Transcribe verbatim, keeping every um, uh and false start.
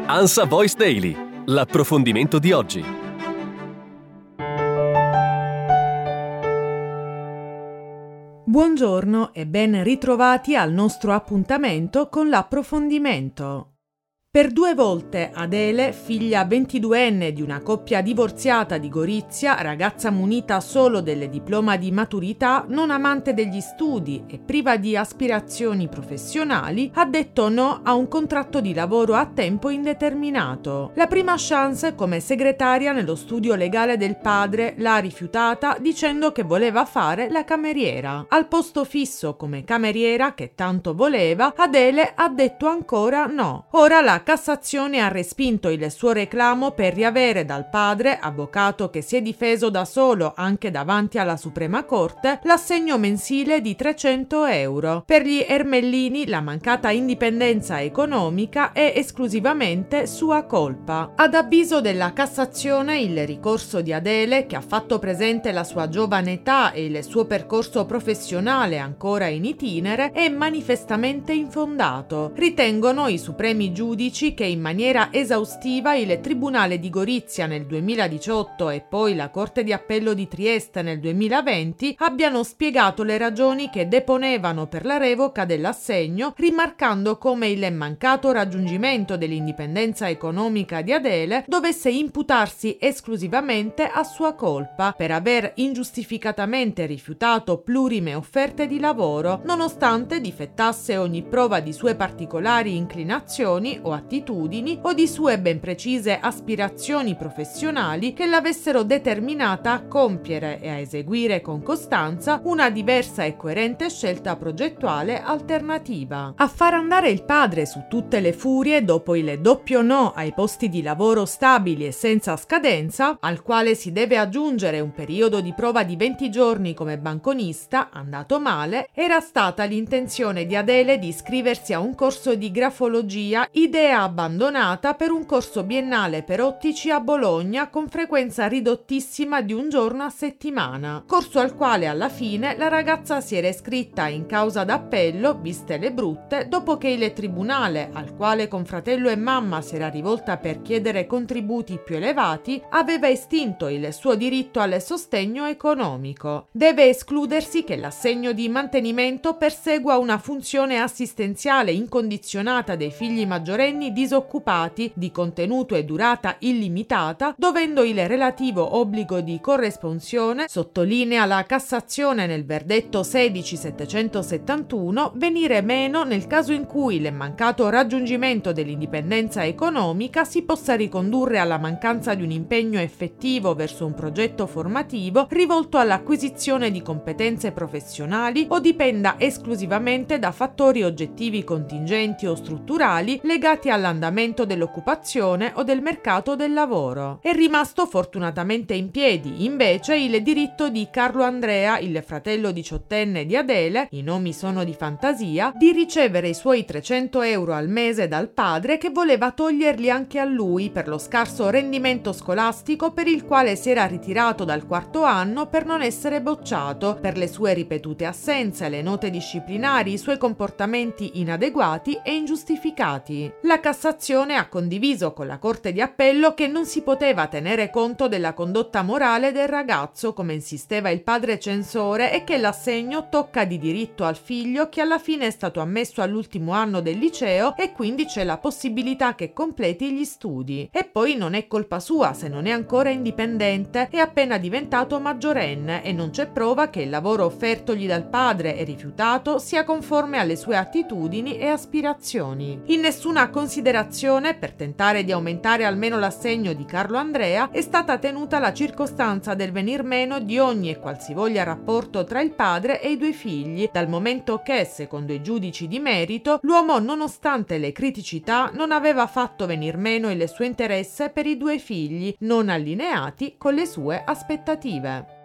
ANSA Voice Daily, l'approfondimento di oggi. Buongiorno e ben ritrovati al nostro appuntamento con l'approfondimento. Per due volte Adele, figlia ventiduenne di una coppia divorziata di Gorizia, ragazza munita solo del diploma di maturità, non amante degli studi e priva di aspirazioni professionali, ha detto no a un contratto di lavoro a tempo indeterminato. La prima chance come segretaria nello studio legale del padre l'ha rifiutata dicendo che voleva fare la cameriera. Al posto fisso come cameriera che tanto voleva, Adele ha detto ancora no. Ora la Cassazione ha respinto il suo reclamo per riavere dal padre, avvocato che si è difeso da solo anche davanti alla Suprema Corte, l'assegno mensile di trecento euro. Per gli Ermellini la mancata indipendenza economica è esclusivamente sua colpa. Ad avviso della Cassazione, il ricorso di Adele, che ha fatto presente la sua giovane età e il suo percorso professionale ancora in itinere, è manifestamente infondato. Ritengono i supremi giudici che in maniera esaustiva il Tribunale di Gorizia nel duemiladiciotto e poi la Corte di Appello di Trieste nel duemilaventi abbiano spiegato le ragioni che deponevano per la revoca dell'assegno, rimarcando come il mancato raggiungimento dell'indipendenza economica di Adele dovesse imputarsi esclusivamente a sua colpa per aver ingiustificatamente rifiutato plurime offerte di lavoro, nonostante difettasse ogni prova di sue particolari inclinazioni o attitudini o di sue ben precise aspirazioni professionali che l'avessero determinata a compiere e a eseguire con costanza una diversa e coerente scelta progettuale alternativa. A far andare il padre su tutte le furie dopo il doppio no ai posti di lavoro stabili e senza scadenza, al quale si deve aggiungere un periodo di prova di venti giorni come banconista, andato male, era stata l'intenzione di Adele di iscriversi a un corso di grafologia, idea abbandonata per un corso biennale per ottici a Bologna con frequenza ridottissima di un giorno a settimana, corso al quale alla fine la ragazza si era iscritta in causa d'appello, viste le brutte, dopo che il tribunale, al quale con fratello e mamma si era rivolta per chiedere contributi più elevati, aveva estinto il suo diritto al sostegno economico. Deve escludersi che l'assegno di mantenimento persegua una funzione assistenziale incondizionata dei figli maggiorenni disoccupati di contenuto e durata illimitata, dovendo il relativo obbligo di corresponsione, sottolinea la Cassazione nel verdetto sedici settecentosettantuno, venire meno nel caso in cui il mancato raggiungimento dell'indipendenza economica si possa ricondurre alla mancanza di un impegno effettivo verso un progetto formativo rivolto all'acquisizione di competenze professionali o dipenda esclusivamente da fattori oggettivi contingenti o strutturali legati all'andamento dell'occupazione o del mercato del lavoro. È rimasto fortunatamente in piedi, invece, il diritto di Carlo Andrea, il fratello diciottenne di Adele, i nomi sono di fantasia, di ricevere i suoi trecento euro al mese dal padre che voleva toglierli anche a lui per lo scarso rendimento scolastico per il quale si era ritirato dal quarto anno per non essere bocciato, per le sue ripetute assenze, le note disciplinari, i suoi comportamenti inadeguati e ingiustificati. La Cassazione ha condiviso con la Corte di Appello che non si poteva tenere conto della condotta morale del ragazzo, come insisteva il padre censore, e che l'assegno tocca di diritto al figlio che alla fine è stato ammesso all'ultimo anno del liceo e quindi c'è la possibilità che completi gli studi. E poi non è colpa sua se non è ancora indipendente, è appena diventato maggiorenne e non c'è prova che il lavoro offertogli dal padre e rifiutato sia conforme alle sue attitudini e aspirazioni. In nessuna considerazione, per tentare di aumentare almeno l'assegno di Carlo Andrea, è stata tenuta la circostanza del venir meno di ogni e qualsivoglia rapporto tra il padre e i due figli, dal momento che, secondo i giudici di merito, l'uomo, nonostante le criticità, non aveva fatto venir meno il suo interesse per i due figli, non allineati con le sue aspettative.